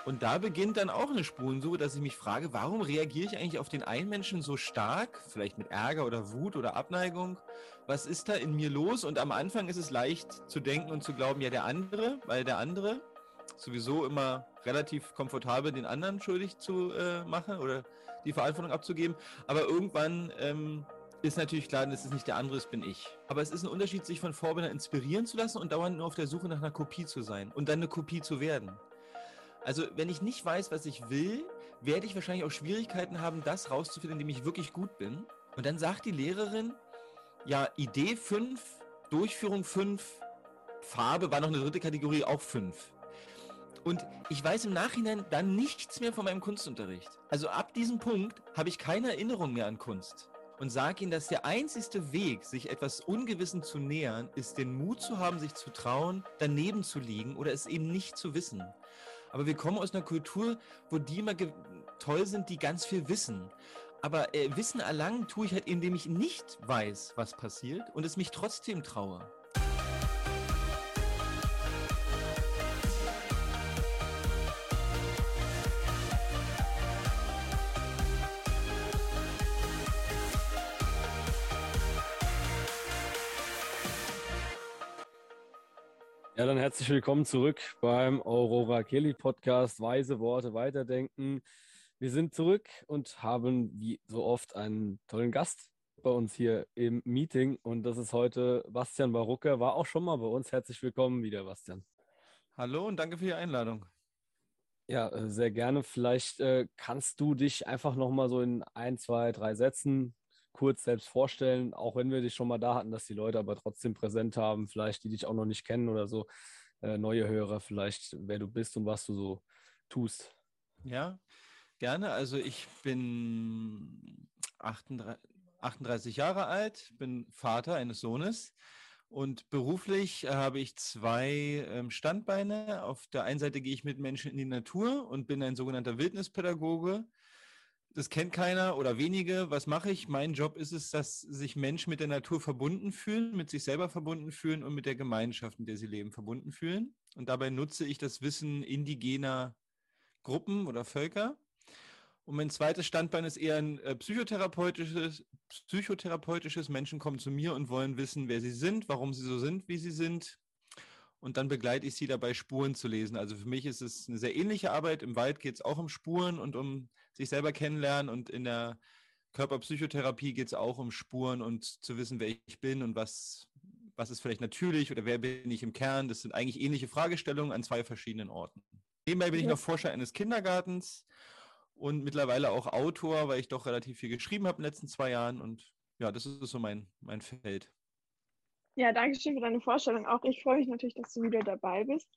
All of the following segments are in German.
Und da beginnt dann auch eine Spurensuche, dass ich mich frage, warum reagiere ich eigentlich auf den einen Menschen so stark, vielleicht mit Ärger oder Wut oder Abneigung? Was ist da in mir los? Und am Anfang ist es leicht zu denken und zu glauben, ja, der andere, weil der andere sowieso immer relativ komfortabel den anderen schuldig zu machen oder die Verantwortung abzugeben. Aber irgendwann ist natürlich klar, das ist nicht der andere, es bin ich. Aber es ist ein Unterschied, sich von Vorbildern inspirieren zu lassen und dauernd nur auf der Suche nach einer Kopie zu sein und dann eine Kopie zu werden. Also wenn ich nicht weiß, was ich will, werde ich wahrscheinlich auch Schwierigkeiten haben, das rauszufinden, in dem ich wirklich gut bin. Und dann sagt die Lehrerin, ja, Idee 5, Durchführung 5, Farbe war noch eine dritte Kategorie, auch 5. Und ich weiß im Nachhinein dann nichts mehr von meinem Kunstunterricht. Also ab diesem Punkt habe ich keine Erinnerung mehr an Kunst. Und sage ihnen, dass der einzigste Weg, sich etwas Ungewissen zu nähern, ist, den Mut zu haben, sich zu trauen, daneben zu liegen oder es eben nicht zu wissen. Aber wir kommen aus einer Kultur, wo die immer toll sind, die ganz viel wissen. Aber Wissen erlangen tue ich halt, indem ich nicht weiß, was passiert und es mich trotzdem traue. Ja, dann herzlich willkommen zurück beim Aurora Kelly Podcast Weise Worte weiterdenken. Wir sind zurück und haben wie so oft einen tollen Gast bei uns hier im Meeting und das ist heute Bastian Barucker, war auch schon mal bei uns. Herzlich willkommen wieder, Bastian. Hallo und danke für die Einladung. Ja, sehr gerne. Vielleicht kannst du dich einfach nochmal so in 1, 2, 3 Sätzen kurz selbst vorstellen, auch wenn wir dich schon mal da hatten, dass die Leute aber trotzdem präsent haben, vielleicht die dich auch noch nicht kennen oder so, neue Hörer vielleicht, wer du bist und was du so tust. Ja, gerne. Also ich bin 38 Jahre alt, bin Vater eines Sohnes und beruflich habe ich zwei Standbeine. Auf der einen Seite gehe ich mit Menschen in die Natur und bin ein sogenannter Wildnispädagoge. Das kennt keiner oder wenige. Was mache ich? Mein Job ist es, dass sich Menschen mit der Natur verbunden fühlen, mit sich selber verbunden fühlen und mit der Gemeinschaft, in der sie leben, verbunden fühlen. Und dabei nutze ich das Wissen indigener Gruppen oder Völker. Und mein zweites Standbein ist eher ein psychotherapeutisches. Menschen kommen zu mir und wollen wissen, wer sie sind, warum sie so sind, wie sie sind. Und dann begleite ich sie dabei, Spuren zu lesen. Also für mich ist es eine sehr ähnliche Arbeit. Im Wald geht es auch um Spuren und um sich selber kennenlernen. Und in der Körperpsychotherapie geht es auch um Spuren und zu wissen, wer ich bin und was ist vielleicht natürlich oder wer bin ich im Kern. Das sind eigentlich ähnliche Fragestellungen an zwei verschiedenen Orten. Nebenbei bin ich noch Forscher eines Kindergartens und mittlerweile auch Autor, weil ich doch relativ viel geschrieben habe in den letzten 2 Jahren. Und ja, das ist so mein Feld. Ja, danke schön für deine Vorstellung. Auch ich freue mich natürlich, dass du wieder dabei bist.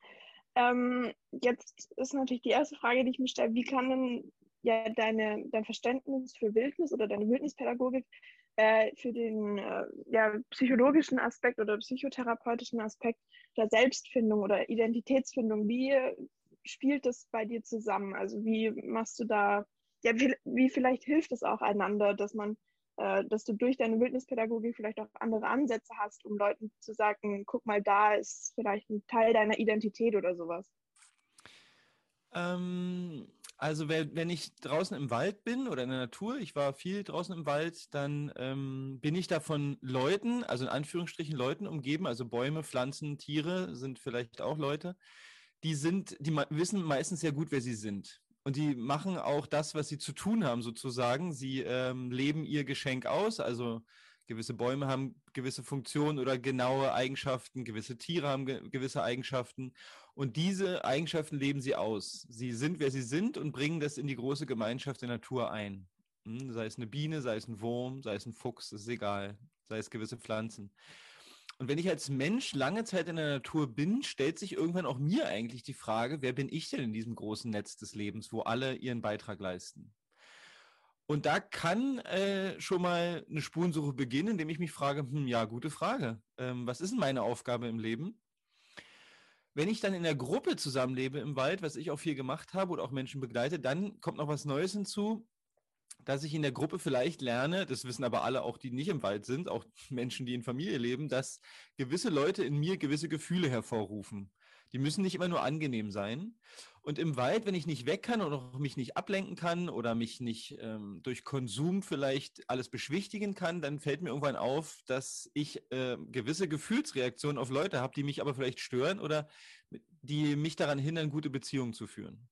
Jetzt ist natürlich die erste Frage, die ich mir stelle, wie kann denn ja dein Verständnis für Wildnis oder deine Wildnispädagogik für den ja, psychologischen Aspekt oder psychotherapeutischen Aspekt der Selbstfindung oder Identitätsfindung, wie spielt das bei dir zusammen? Also wie machst du da, ja, wie vielleicht hilft es auch einander, dass du durch deine Wildnispädagogik vielleicht auch andere Ansätze hast, um Leuten zu sagen, guck mal, da ist vielleicht ein Teil deiner Identität oder sowas. Also wenn ich draußen im Wald bin oder in der Natur, ich war viel draußen im Wald, dann bin ich da von Leuten, also in Anführungsstrichen Leuten umgeben, also Bäume, Pflanzen, Tiere sind vielleicht auch Leute, die wissen meistens sehr gut, wer sie sind. Und die machen auch das, was sie zu tun haben, sozusagen. Sie leben ihr Geschenk aus, also gewisse Bäume haben gewisse Funktionen oder genaue Eigenschaften, gewisse Tiere haben gewisse Eigenschaften und diese Eigenschaften leben sie aus. Sie sind, wer sie sind und bringen das in die große Gemeinschaft der Natur ein. Sei es eine Biene, sei es ein Wurm, sei es ein Fuchs, ist egal, sei es gewisse Pflanzen. Und wenn ich als Mensch lange Zeit in der Natur bin, stellt sich irgendwann auch mir eigentlich die Frage, wer bin ich denn in diesem großen Netz des Lebens, wo alle ihren Beitrag leisten? Und da kann schon mal eine Spurensuche beginnen, indem ich mich frage, ja, gute Frage. Was ist denn meine Aufgabe im Leben? Wenn ich dann in der Gruppe zusammenlebe im Wald, was ich auch viel gemacht habe oder auch Menschen begleite, dann kommt noch was Neues hinzu, dass ich in der Gruppe vielleicht lerne, das wissen aber alle auch, die nicht im Wald sind, auch Menschen, die in Familie leben, dass gewisse Leute in mir gewisse Gefühle hervorrufen. Die müssen nicht immer nur angenehm sein. Und im Wald, wenn ich nicht weg kann und auch mich nicht ablenken kann oder mich nicht durch Konsum vielleicht alles beschwichtigen kann, dann fällt mir irgendwann auf, dass ich gewisse Gefühlsreaktionen auf Leute habe, die mich aber vielleicht stören oder die mich daran hindern, gute Beziehungen zu führen.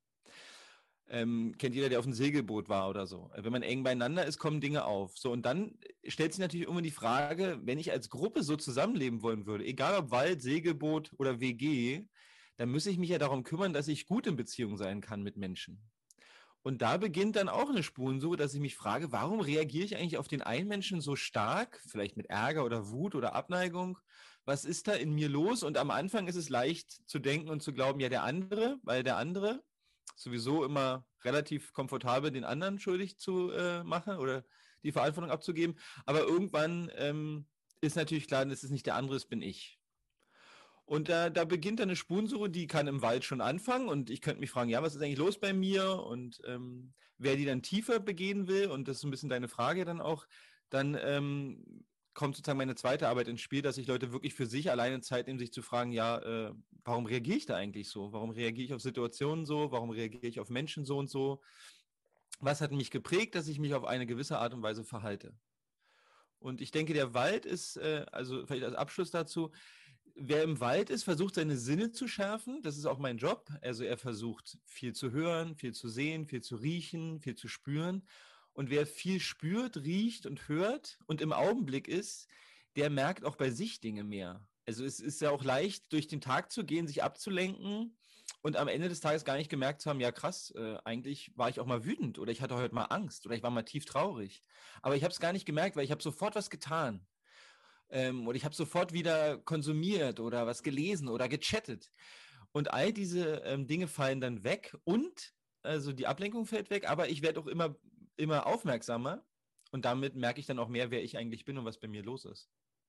Kennt jeder, der auf einem Segelboot war oder so. Wenn man eng beieinander ist, kommen Dinge auf. So, und dann stellt sich natürlich immer die Frage, wenn ich als Gruppe so zusammenleben wollen würde, egal ob Wald, Segelboot oder WG, dann müsste ich mich ja darum kümmern, dass ich gut in Beziehung sein kann mit Menschen. Und da beginnt dann auch eine Spurensuche, dass ich mich frage, warum reagiere ich eigentlich auf den einen Menschen so stark, vielleicht mit Ärger oder Wut oder Abneigung? Was ist da in mir los? Und am Anfang ist es leicht zu denken und zu glauben, ja, der andere, weil der andere sowieso immer relativ komfortabel den anderen schuldig zu machen oder die Verantwortung abzugeben. Aber irgendwann ist natürlich klar, das ist nicht der andere, es bin ich. Und da beginnt dann eine Spurensuche, die kann im Wald schon anfangen und ich könnte mich fragen, ja, was ist eigentlich los bei mir? Und wer die dann tiefer begehen will, und das ist ein bisschen deine Frage dann auch, dann kommt sozusagen meine zweite Arbeit ins Spiel, dass sich Leute wirklich für sich alleine Zeit nehmen, sich zu fragen, ja, warum reagiere ich da eigentlich so? Warum reagiere ich auf Situationen so? Warum reagiere ich auf Menschen so und so? Was hat mich geprägt, dass ich mich auf eine gewisse Art und Weise verhalte? Und ich denke, der Wald ist, also vielleicht als Abschluss dazu, wer im Wald ist, versucht seine Sinne zu schärfen. Das ist auch mein Job. Also er versucht viel zu hören, viel zu sehen, viel zu riechen, viel zu spüren. Und wer viel spürt, riecht und hört und im Augenblick ist, der merkt auch bei sich Dinge mehr. Also es ist ja auch leicht, durch den Tag zu gehen, sich abzulenken und am Ende des Tages gar nicht gemerkt zu haben, ja krass, eigentlich war ich auch mal wütend oder ich hatte heute mal Angst oder ich war mal tief traurig. Aber ich habe es gar nicht gemerkt, weil ich habe sofort was getan. Oder ich habe sofort wieder konsumiert oder was gelesen oder gechattet. Und all diese Dinge fallen dann weg und also die Ablenkung fällt weg, aber ich werde auch immer aufmerksamer und damit merke ich dann auch mehr, wer ich eigentlich bin und was bei mir los ist.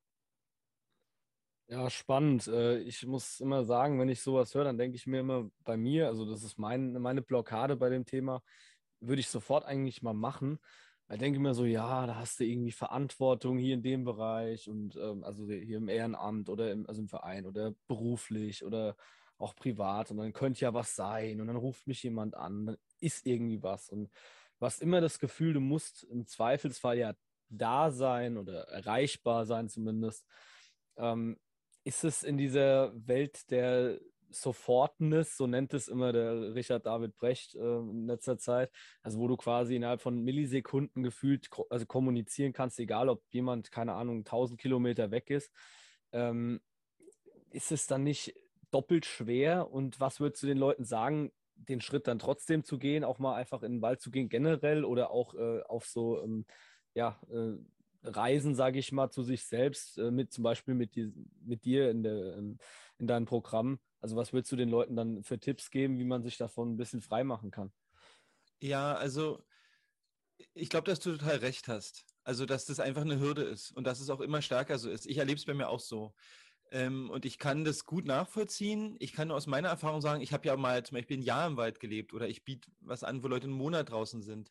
Ja, spannend. Ich muss immer sagen, wenn ich sowas höre, dann denke ich mir immer bei mir, also das ist meine Blockade bei dem Thema, würde ich sofort eigentlich mal machen. Ich denke mir so, ja, da hast du irgendwie Verantwortung hier in dem Bereich und also hier im Ehrenamt oder also im Verein oder beruflich oder auch privat und dann könnte ja was sein und dann ruft mich jemand an, dann ist irgendwie was und du hast immer das Gefühl, du musst im Zweifelsfall ja da sein oder erreichbar sein zumindest. Ähm, Ist es in dieser Welt der Sofortness, so nennt es immer der Richard David Brecht in letzter Zeit, also wo du quasi innerhalb von Millisekunden gefühlt also kommunizieren kannst, egal ob jemand, keine Ahnung, 1000 Kilometer weg ist, ähm, ist es dann nicht doppelt schwer? Und was würdest du den Leuten sagen, den Schritt dann trotzdem zu gehen, auch mal einfach in den Wald zu gehen generell oder auch auf so ja, Reisen, sage ich mal, zu sich selbst, mit zum Beispiel mit dir in deinem Programm. Also was würdest du den Leuten dann für Tipps geben, wie man sich davon ein bisschen frei machen kann? Ja, also ich glaube, dass du total recht hast. Also, dass das einfach eine Hürde ist und dass es auch immer stärker so ist. Ich erlebe es bei mir auch so. Und ich kann das gut nachvollziehen. Ich kann nur aus meiner Erfahrung sagen, ich habe ja mal zum Beispiel ein Jahr im Wald gelebt oder ich biete was an, wo Leute einen Monat draußen sind.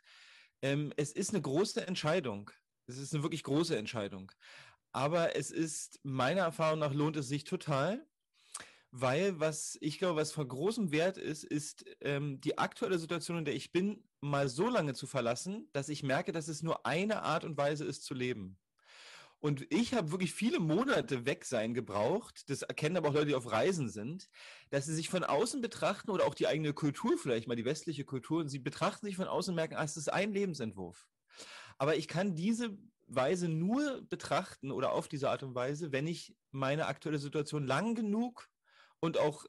Es ist eine große Entscheidung. Es ist eine wirklich große Entscheidung. Aber es ist, meiner Erfahrung nach, lohnt es sich total. Weil was ich glaube, was von großem Wert ist, ist die aktuelle Situation, in der ich bin, mal so lange zu verlassen, dass ich merke, dass es nur eine Art und Weise ist zu leben. Und ich habe wirklich viele Monate weg sein gebraucht, das erkennen aber auch Leute, die auf Reisen sind, dass sie sich von außen betrachten oder auch die eigene Kultur vielleicht mal, die westliche Kultur, und sie betrachten sich von außen und merken, ah, es ist ein Lebensentwurf. Aber ich kann diese Weise nur betrachten oder auf diese Art und Weise, wenn ich meine aktuelle Situation lang genug und auch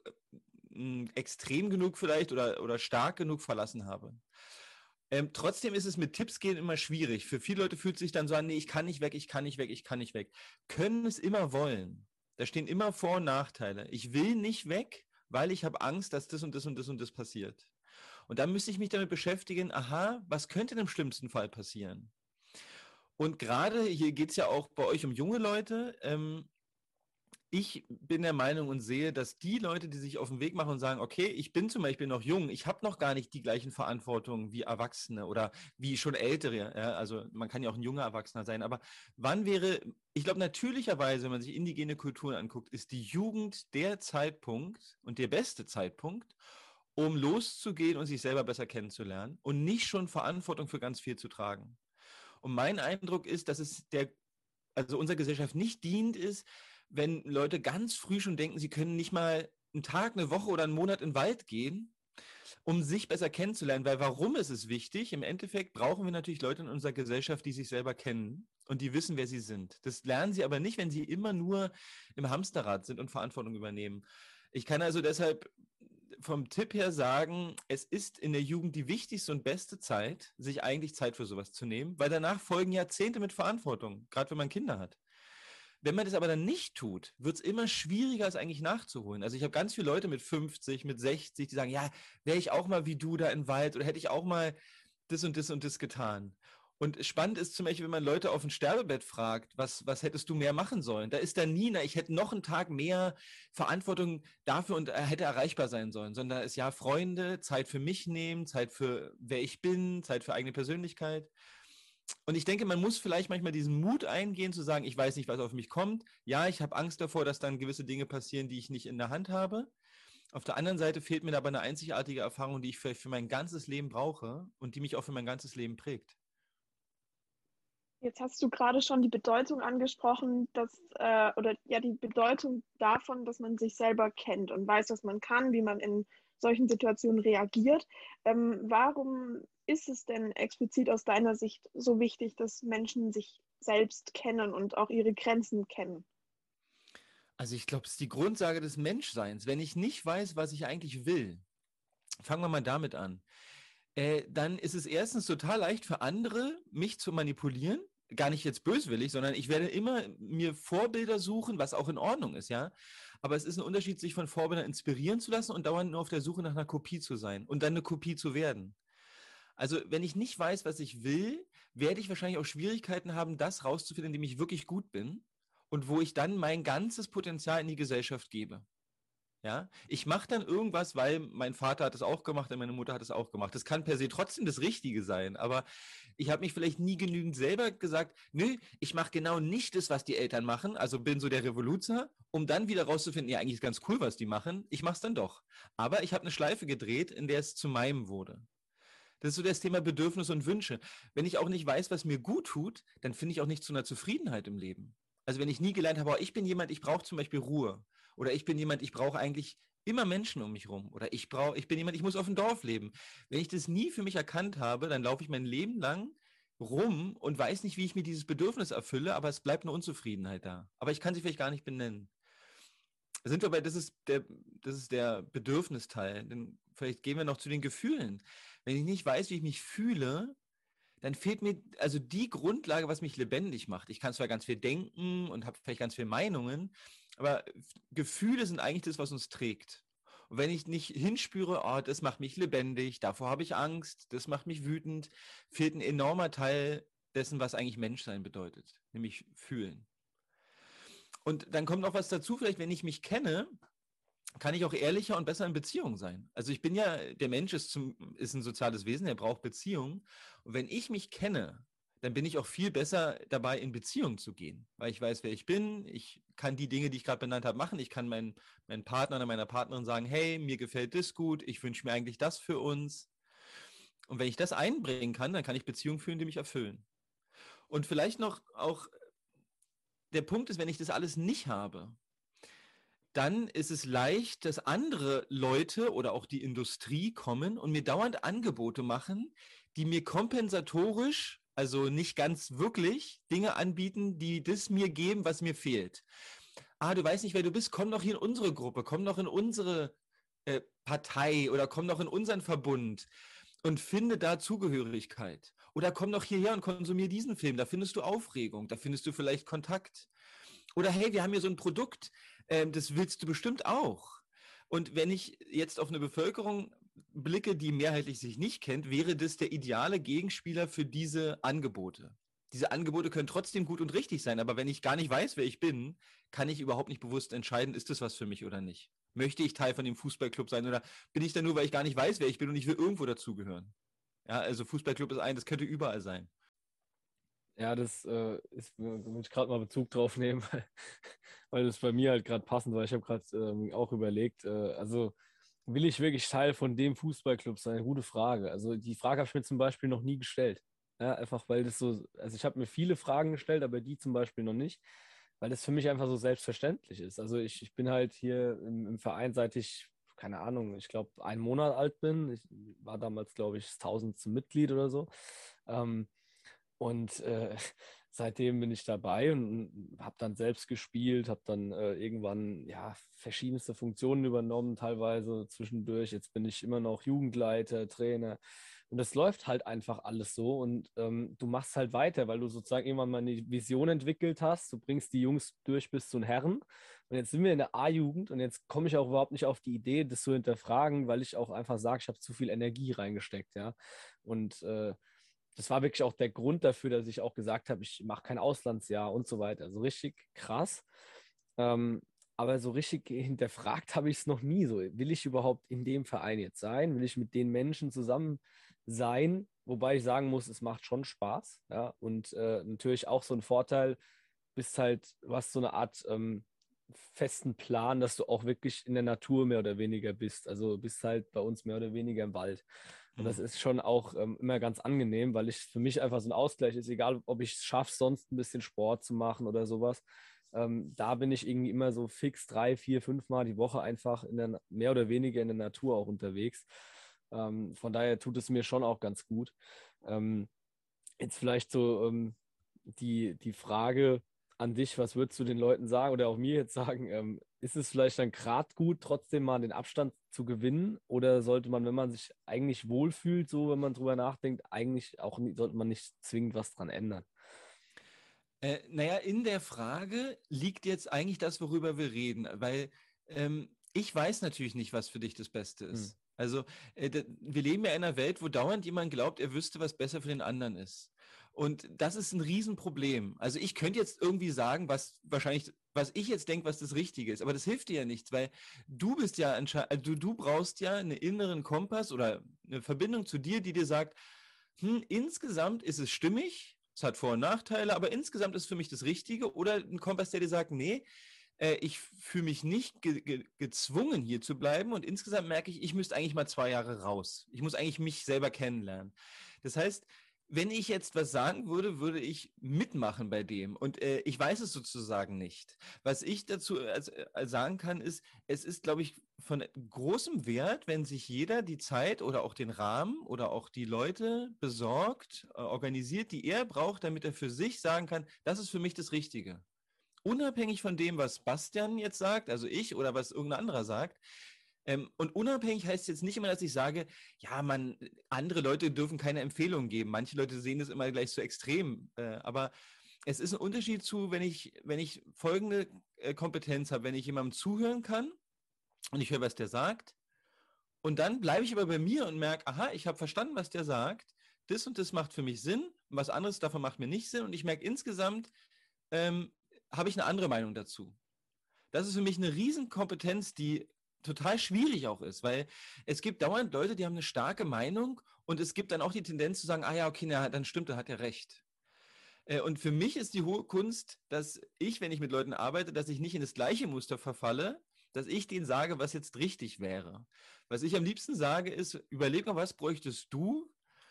extrem genug vielleicht oder stark genug verlassen habe. Trotzdem ist es mit Tipps gehen immer schwierig. Für viele Leute fühlt es sich dann so an, nee, ich kann nicht weg, ich kann nicht weg, ich kann nicht weg. Können es immer wollen. Da stehen immer Vor- und Nachteile. Ich will nicht weg, weil ich habe Angst, dass das und das und das und das passiert. Und dann müsste ich mich damit beschäftigen, aha, was könnte denn im schlimmsten Fall passieren? Und gerade hier geht es ja auch bei euch um junge Leute. Ich bin der Meinung und sehe, dass die Leute, die sich auf den Weg machen und sagen, okay, ich bin zum Beispiel noch jung, ich habe noch gar nicht die gleichen Verantwortungen wie Erwachsene oder wie schon Ältere, ja, also man kann ja auch ein junger Erwachsener sein, aber wann wäre, ich glaube natürlicherweise, wenn man sich indigene Kulturen anguckt, ist die Jugend der Zeitpunkt und der beste Zeitpunkt, um loszugehen und sich selber besser kennenzulernen und nicht schon Verantwortung für ganz viel zu tragen. Und mein Eindruck ist, dass es also unserer Gesellschaft nicht dient ist, wenn Leute ganz früh schon denken, sie können nicht mal einen Tag, eine Woche oder einen Monat in den Wald gehen, um sich besser kennenzulernen. Weil warum ist es wichtig? Im Endeffekt brauchen wir natürlich Leute in unserer Gesellschaft, die sich selber kennen und die wissen, wer sie sind. Das lernen sie aber nicht, wenn sie immer nur im Hamsterrad sind und Verantwortung übernehmen. Ich kann also deshalb vom Tipp her sagen, es ist in der Jugend die wichtigste und beste Zeit, sich eigentlich Zeit für sowas zu nehmen, weil danach folgen Jahrzehnte mit Verantwortung, gerade wenn man Kinder hat. Wenn man das aber dann nicht tut, wird es immer schwieriger, es eigentlich nachzuholen. Also ich habe ganz viele Leute mit 50, mit 60, die sagen, ja, wäre ich auch mal wie du da im Wald oder hätte ich auch mal das und das und das getan. Und spannend ist zum Beispiel, wenn man Leute auf dem Sterbebett fragt, was hättest du mehr machen sollen? Da ist dann nie, na, ich hätte noch einen Tag mehr Verantwortung dafür und hätte erreichbar sein sollen, sondern da ist ja Freunde, Zeit für mich nehmen, Zeit für wer ich bin, Zeit für eigene Persönlichkeit. Und ich denke, man muss vielleicht manchmal diesen Mut eingehen, zu sagen, ich weiß nicht, was auf mich kommt. Ja, ich habe Angst davor, dass dann gewisse Dinge passieren, die ich nicht in der Hand habe. Auf der anderen Seite fehlt mir aber eine einzigartige Erfahrung, die ich vielleicht für mein ganzes Leben brauche und die mich auch für mein ganzes Leben prägt. Jetzt hast du gerade schon die Bedeutung angesprochen, oder ja, die Bedeutung davon, dass man sich selber kennt und weiß, was man kann, wie man in solchen Situationen reagiert. Warum ist es denn explizit aus deiner Sicht so wichtig, dass Menschen sich selbst kennen und auch ihre Grenzen kennen? Also ich glaube, es ist die Grundsage des Menschseins. Wenn ich nicht weiß, was ich eigentlich will, fangen wir mal damit an, dann ist es erstens total leicht für andere, mich zu manipulieren. Gar nicht jetzt böswillig, sondern ich werde immer mir Vorbilder suchen, was auch in Ordnung ist, ja. Aber es ist ein Unterschied, sich von Vorbildern inspirieren zu lassen und dauernd nur auf der Suche nach einer Kopie zu sein und dann eine Kopie zu werden. Also, wenn ich nicht weiß, was ich will, werde ich wahrscheinlich auch Schwierigkeiten haben, das rauszufinden, in dem ich wirklich gut bin und wo ich dann mein ganzes Potenzial in die Gesellschaft gebe. Ja, ich mache dann irgendwas, weil mein Vater hat es auch gemacht und meine Mutter hat es auch gemacht. Das kann per se trotzdem das Richtige sein, aber ich habe mich vielleicht nie genügend selber gesagt, nö, ich mache genau nicht das, was die Eltern machen, also bin so der Revoluzer, um dann wieder rauszufinden, ja, eigentlich ist ganz cool, was die machen, ich mache es dann doch. Aber ich habe eine Schleife gedreht, in der es zu meinem wurde. Das ist so das Thema Bedürfnisse und Wünsche. Wenn ich auch nicht weiß, was mir gut tut, dann finde ich auch nicht zu einer Zufriedenheit im Leben. Also wenn ich nie gelernt habe, oh, ich bin jemand, ich brauche zum Beispiel Ruhe. Oder ich bin jemand, ich brauche eigentlich immer Menschen um mich rum. Oder ich bin jemand, ich muss auf dem Dorf leben. Wenn ich das nie für mich erkannt habe, dann laufe ich mein Leben lang rum und weiß nicht, wie ich mir dieses Bedürfnis erfülle, aber es bleibt eine Unzufriedenheit da. Aber ich kann sie vielleicht gar nicht benennen. Sind wir bei, das ist der Bedürfnisteil. Dann vielleicht gehen wir noch zu den Gefühlen. Wenn ich nicht weiß, wie ich mich fühle, dann fehlt mir also die Grundlage, was mich lebendig macht. Ich kann zwar ganz viel denken und habe vielleicht ganz viele Meinungen, aber Gefühle sind eigentlich das, was uns trägt. Und wenn ich nicht hinspüre, oh, das macht mich lebendig, davor habe ich Angst, das macht mich wütend, fehlt ein enormer Teil dessen, was eigentlich Menschsein bedeutet, nämlich fühlen. Und dann kommt noch was dazu, vielleicht wenn ich mich kenne, kann ich auch ehrlicher und besser in Beziehung sein. Also ich bin ja, der Mensch ist ein soziales Wesen, er braucht Beziehung. Und wenn ich mich kenne, dann bin ich auch viel besser dabei, in Beziehung zu gehen, weil ich weiß, wer ich bin. Ich kann die Dinge, die ich gerade benannt habe, machen. Ich kann meinen Partner oder meiner Partnerin sagen, hey, mir gefällt das gut, ich wünsche mir eigentlich das für uns. Und wenn ich das einbringen kann, dann kann ich Beziehungen führen, die mich erfüllen. Und vielleicht noch auch der Punkt ist, wenn ich das alles nicht habe, dann ist es leicht, dass andere Leute oder auch die Industrie kommen und mir dauernd Angebote machen, die mir kompensatorisch, also nicht ganz wirklich, Dinge anbieten, die das mir geben, was mir fehlt. Ah, du weißt nicht, wer du bist, komm doch hier in unsere Gruppe, komm doch in unsere Partei oder komm doch in unseren Verbund und finde da Zugehörigkeit. Oder komm doch hierher und konsumier diesen Film, da findest du Aufregung, da findest du vielleicht Kontakt. Oder hey, wir haben hier so ein Produkt, das willst du bestimmt auch. Und wenn ich jetzt auf eine Bevölkerung blicke, die mehrheitlich sich nicht kennt, wäre das der ideale Gegenspieler für diese Angebote. Diese Angebote können trotzdem gut und richtig sein, aber wenn ich gar nicht weiß, wer ich bin, kann ich überhaupt nicht bewusst entscheiden, ist das was für mich oder nicht. Möchte ich Teil von dem Fußballclub sein oder bin ich da nur, weil ich gar nicht weiß, wer ich bin und ich will irgendwo dazugehören? Ja, also Fußballclub ist das könnte überall sein. Ja, das will ich gerade mal Bezug drauf nehmen, weil das bei mir halt gerade passend war. Ich habe gerade auch überlegt, also will ich wirklich Teil von dem Fußballclub sein? Eine gute Frage. Also die Frage habe ich mir zum Beispiel noch nie gestellt. Ja, einfach weil das so, also ich habe mir viele Fragen gestellt, aber die zum Beispiel noch nicht, weil das für mich einfach so selbstverständlich ist. Also ich bin halt hier im Verein, seit ich, keine Ahnung, ich glaube, 1 Monat alt bin. Ich war damals, glaube ich, das 1000. Mitglied oder so. Ähm, und seitdem bin ich dabei und habe dann selbst gespielt, habe dann irgendwann ja verschiedenste Funktionen übernommen, teilweise zwischendurch. Jetzt bin ich immer noch Jugendleiter, Trainer. Und das läuft halt einfach alles so und du machst halt weiter, weil du sozusagen irgendwann mal eine Vision entwickelt hast. Du bringst die Jungs durch bis zu den Herren. Und jetzt sind wir in der A-Jugend und jetzt komme ich auch überhaupt nicht auf die Idee, das zu hinterfragen, weil ich auch einfach sage, ich habe zu viel Energie reingesteckt, ja. Und das war wirklich auch der Grund dafür, dass ich auch gesagt habe, ich mache kein Auslandsjahr und so weiter. Also richtig krass. Ähm, aber so richtig hinterfragt habe ich es noch nie. So, will ich überhaupt in dem Verein jetzt sein? Will ich mit den Menschen zusammen sein? Wobei ich sagen muss, es macht schon Spaß. Ja? Und natürlich auch so ein Vorteil, bist halt, du hast so eine Art festen Plan, dass du auch wirklich in der Natur mehr oder weniger bist. Also bist halt bei uns mehr oder weniger im Wald. Und das ist schon auch immer ganz angenehm, weil ich für mich einfach so ein Ausgleich ist, egal ob ich es schaffe, sonst ein bisschen Sport zu machen oder sowas. Da bin ich irgendwie immer so fix 3, 4, 5 Mal die Woche einfach mehr oder weniger in der Natur auch unterwegs. Von daher tut es mir schon auch ganz gut. Ähm, Jetzt vielleicht so die Frage an dich, was würdest du den Leuten sagen oder auch mir jetzt sagen, ist es vielleicht dann gerade gut, trotzdem mal den Abstand zu gewinnen oder sollte man, wenn man sich eigentlich wohlfühlt, so wenn man drüber nachdenkt, eigentlich auch sollte man nicht zwingend was dran ändern? Naja, in der Frage liegt jetzt eigentlich das, worüber wir reden, weil ich weiß natürlich nicht, was für dich das Beste Hm. ist. Also wir leben ja in einer Welt, wo dauernd jemand glaubt, er wüsste, was besser für den anderen ist. Und das ist ein Riesenproblem. Also ich könnte jetzt irgendwie sagen, was ich jetzt denke, was das Richtige ist, aber das hilft dir ja nichts, weil du bist ja du brauchst ja einen inneren Kompass oder eine Verbindung zu dir, die dir sagt, insgesamt ist es stimmig, es hat Vor- und Nachteile, aber insgesamt ist für mich das Richtige. Oder ein Kompass, der dir sagt, nee, ich fühle mich nicht gezwungen, hier zu bleiben. Und insgesamt merke ich, ich müsste eigentlich mal 2 Jahre raus. Ich muss eigentlich mich selber kennenlernen. Das heißt, wenn ich jetzt was sagen würde, würde ich mitmachen bei dem. Und ich weiß es sozusagen nicht. Was ich dazu sagen kann, ist, es ist, glaube ich, von großem Wert, wenn sich jeder die Zeit oder auch den Rahmen oder auch die Leute besorgt, organisiert, die er braucht, damit er für sich sagen kann, das ist für mich das Richtige. Unabhängig von dem, was Bastian jetzt sagt, also ich oder was irgendein anderer sagt. Und unabhängig heißt jetzt nicht immer, dass ich sage, ja, andere Leute dürfen keine Empfehlungen geben. Manche Leute sehen das immer gleich so extrem. Aber es ist ein Unterschied zu, wenn ich folgende Kompetenz habe, wenn ich jemandem zuhören kann und ich höre, was der sagt. Und dann bleibe ich aber bei mir und merke, aha, ich habe verstanden, was der sagt. Das und das macht für mich Sinn. Was anderes davon macht mir nicht Sinn. Und ich merke insgesamt, ähm, habe ich eine andere Meinung dazu. Das ist für mich eine Riesenkompetenz, die total schwierig auch ist, weil es gibt dauernd Leute, die haben eine starke Meinung und es gibt dann auch die Tendenz zu sagen, ah ja, okay, na, dann stimmt, dann hat er recht. Und für mich ist die hohe Kunst, dass ich, wenn ich mit Leuten arbeite, dass ich nicht in das gleiche Muster verfalle, dass ich denen sage, was jetzt richtig wäre. Was ich am liebsten sage, ist, überleg mal, was bräuchtest du,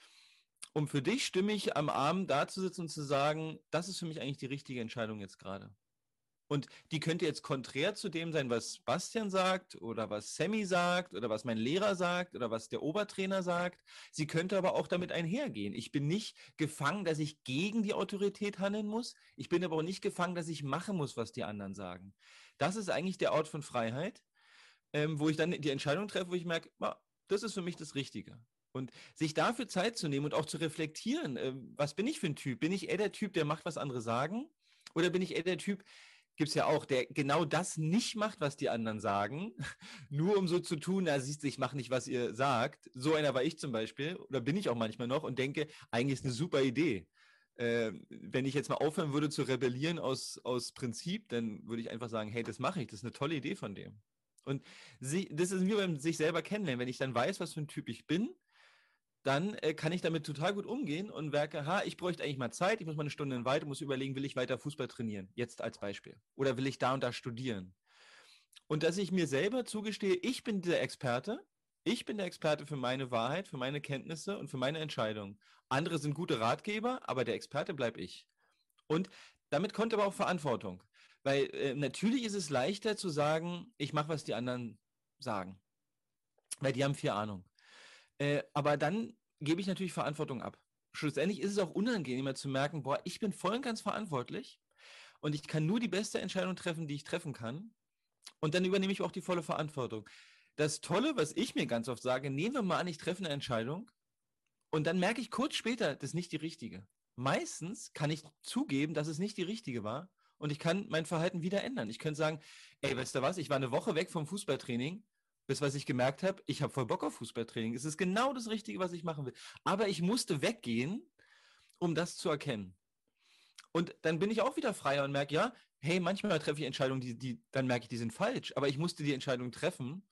um für dich stimmig am Abend da zu sitzen und zu sagen, das ist für mich eigentlich die richtige Entscheidung jetzt gerade. Und die könnte jetzt konträr zu dem sein, was Bastian sagt oder was Sammy sagt oder was mein Lehrer sagt oder was der Obertrainer sagt. Sie könnte aber auch damit einhergehen. Ich bin nicht gefangen, dass ich gegen die Autorität handeln muss. Ich bin aber auch nicht gefangen, dass ich machen muss, was die anderen sagen. Das ist eigentlich der Ort von Freiheit, wo ich dann die Entscheidung treffe, wo ich merke, das ist für mich das Richtige. Und sich dafür Zeit zu nehmen und auch zu reflektieren, was bin ich für ein Typ? Bin ich eher der Typ, der macht, was andere sagen? Oder bin ich eher der Typ, gibt es ja auch, der genau das nicht macht, was die anderen sagen, nur um so zu tun, na siehst du, ich mache nicht, was ihr sagt. So einer war ich zum Beispiel, oder bin ich auch manchmal noch und denke, eigentlich ist eine super Idee. Wenn ich jetzt mal aufhören würde zu rebellieren aus Prinzip, dann würde ich einfach sagen, hey, das mache ich, das ist eine tolle Idee von dem. Und das ist wie beim sich selber kennenlernen. Wenn ich dann weiß, was für ein Typ ich bin, dann kann ich damit total gut umgehen und merke, ich bräuchte eigentlich mal Zeit, ich muss mal eine Stunde in den Wald und muss überlegen, will ich weiter Fußball trainieren? Jetzt als Beispiel. Oder will ich da und da studieren? Und dass ich mir selber zugestehe, ich bin der Experte. Ich bin der Experte für meine Wahrheit, für meine Kenntnisse und für meine Entscheidungen. Andere sind gute Ratgeber, aber der Experte bleibe ich. Und damit kommt aber auch Verantwortung. Weil natürlich ist es leichter zu sagen, ich mache, was die anderen sagen. Weil die haben viel Ahnung. Aber dann gebe ich natürlich Verantwortung ab. Schlussendlich ist es auch unangenehmer zu merken, boah, ich bin voll und ganz verantwortlich und ich kann nur die beste Entscheidung treffen, die ich treffen kann. Und dann übernehme ich auch die volle Verantwortung. Das Tolle, was ich mir ganz oft sage, nehmen wir mal an, ich treffe eine Entscheidung und dann merke ich kurz später, das ist nicht die richtige. Meistens kann ich zugeben, dass es nicht die richtige war und ich kann mein Verhalten wieder ändern. Ich könnte sagen, ey, weißt du was, ich war eine Woche weg vom Fußballtraining, bis was ich gemerkt habe, ich habe voll Bock auf Fußballtraining. Es ist genau das Richtige, was ich machen will. Aber ich musste weggehen, um das zu erkennen. Und dann bin ich auch wieder freier und merke, ja, hey, manchmal treffe ich Entscheidungen, dann merke ich, die sind falsch. Aber ich musste die Entscheidung treffen.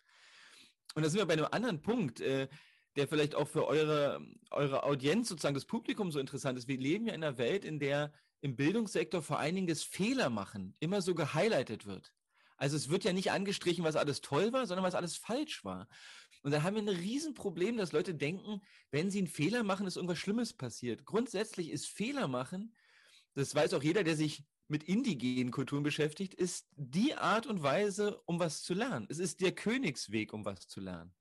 Und da sind wir bei einem anderen Punkt, der vielleicht auch für eure Audienz, sozusagen das Publikum so interessant ist. Wir leben ja in einer Welt, in der im Bildungssektor vor allen Dingen das Fehler machen immer so gehighlightet wird. Also es wird ja nicht angestrichen, was alles toll war, sondern was alles falsch war. Und da haben wir ein Riesenproblem, dass Leute denken, wenn sie einen Fehler machen, ist irgendwas Schlimmes passiert. Grundsätzlich ist Fehler machen, das weiß auch jeder, der sich mit indigenen Kulturen beschäftigt, ist die Art und Weise, um was zu lernen. Es ist der Königsweg, um was zu lernen.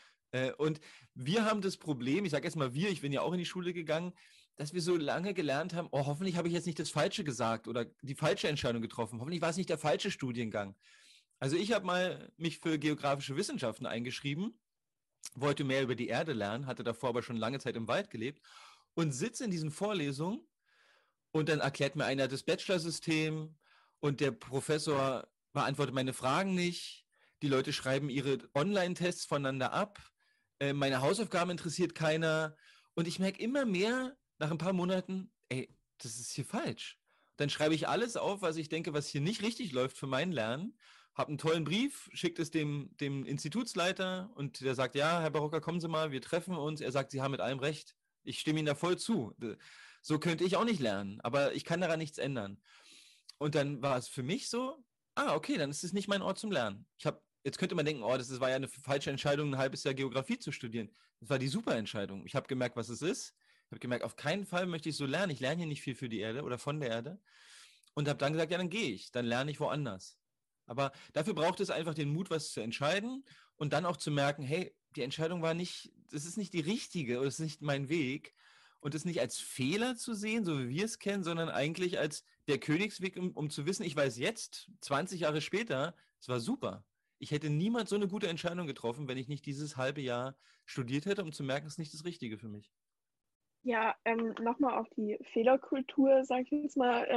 Und wir haben das Problem, ich sage jetzt mal wir, ich bin ja auch in die Schule gegangen, dass wir so lange gelernt haben, oh, hoffentlich habe ich jetzt nicht das Falsche gesagt oder die falsche Entscheidung getroffen. Hoffentlich war es nicht der falsche Studiengang. Also ich habe mal mich für geografische Wissenschaften eingeschrieben, wollte mehr über die Erde lernen, hatte davor aber schon lange Zeit im Wald gelebt und sitze in diesen Vorlesungen und dann erklärt mir einer das Bachelorsystem und der Professor beantwortet meine Fragen nicht. Die Leute schreiben ihre Online-Tests voneinander ab. Meine Hausaufgaben interessiert keiner. Und ich merke immer mehr nach ein paar Monaten, ey, das ist hier falsch. Dann schreibe ich alles auf, was ich denke, was hier nicht richtig läuft für mein Lernen. Habe einen tollen Brief, schickt es dem Institutsleiter und der sagt, ja, Herr Barocker, kommen Sie mal, wir treffen uns. Er sagt, Sie haben mit allem recht. Ich stimme Ihnen da voll zu. So könnte ich auch nicht lernen, aber ich kann daran nichts ändern. Und dann war es für mich so, okay, dann ist es nicht mein Ort zum Lernen. Jetzt könnte man denken, oh, war ja eine falsche Entscheidung, ein halbes Jahr Geografie zu studieren. Das war die super Entscheidung. Ich habe gemerkt, was es ist. Ich habe gemerkt, auf keinen Fall möchte ich so lernen. Ich lerne hier nicht viel für die Erde oder von der Erde. Und habe dann gesagt, ja, dann gehe ich. Dann lerne ich woanders. Aber dafür braucht es einfach den Mut, was zu entscheiden und dann auch zu merken, hey, die Entscheidung war nicht, das ist nicht die richtige oder das ist nicht mein Weg. Und es nicht als Fehler zu sehen, so wie wir es kennen, sondern eigentlich als der Königsweg, um zu wissen, ich weiß jetzt, 20 Jahre später, es war super. Ich hätte niemals so eine gute Entscheidung getroffen, wenn ich nicht dieses halbe Jahr studiert hätte, um zu merken, es ist nicht das Richtige für mich. Ja, nochmal auf die Fehlerkultur, sage ich jetzt mal,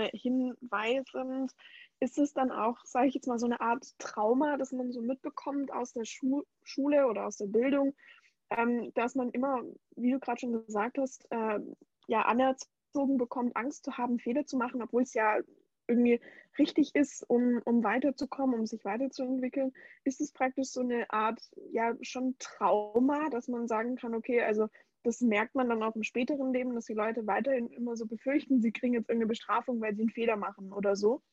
hinweisend. Ist es dann auch, sage ich jetzt mal, so eine Art Trauma, das man so mitbekommt aus der Schule oder aus der Bildung, dass man immer, wie du gerade schon gesagt hast, ja, anerzogen bekommt, Angst zu haben, Fehler zu machen, obwohl es ja irgendwie richtig ist, um weiterzukommen, um sich weiterzuentwickeln. Ist es praktisch so eine Art, ja, schon Trauma, dass man sagen kann, okay, also das merkt man dann auch im späteren Leben, dass die Leute weiterhin immer so befürchten, sie kriegen jetzt irgendeine Bestrafung, weil sie einen Fehler machen oder so?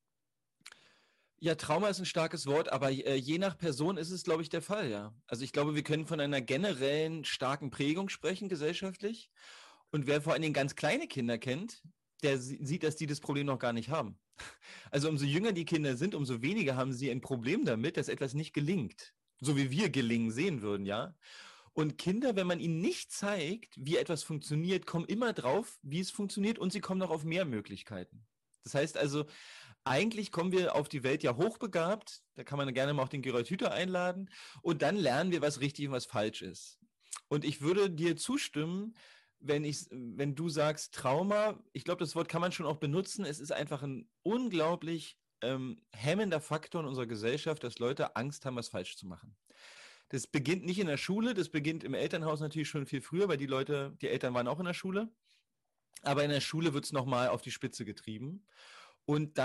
Ja, Trauma ist ein starkes Wort, aber je nach Person ist es, glaube ich, der Fall, ja. Also ich glaube, wir können von einer generellen starken Prägung sprechen, gesellschaftlich. Und wer vor allen Dingen ganz kleine Kinder kennt, der sieht, dass die das Problem noch gar nicht haben. Also umso jünger die Kinder sind, umso weniger haben sie ein Problem damit, dass etwas nicht gelingt. So wie wir gelingen sehen würden, ja. Und Kinder, wenn man ihnen nicht zeigt, wie etwas funktioniert, kommen immer drauf, wie es funktioniert und sie kommen noch auf mehr Möglichkeiten. Das heißt also, eigentlich kommen wir auf die Welt ja hochbegabt, da kann man gerne mal auch den Gerald Hüther einladen und dann lernen wir, was richtig und was falsch ist. Und ich würde dir zustimmen, wenn du sagst Trauma, ich glaube, das Wort kann man schon auch benutzen, es ist einfach ein unglaublich hemmender Faktor in unserer Gesellschaft, dass Leute Angst haben, was falsch zu machen. Das beginnt nicht in der Schule, das beginnt im Elternhaus natürlich schon viel früher, weil die Eltern waren auch in der Schule. Aber in der Schule wird es nochmal auf die Spitze getrieben. Und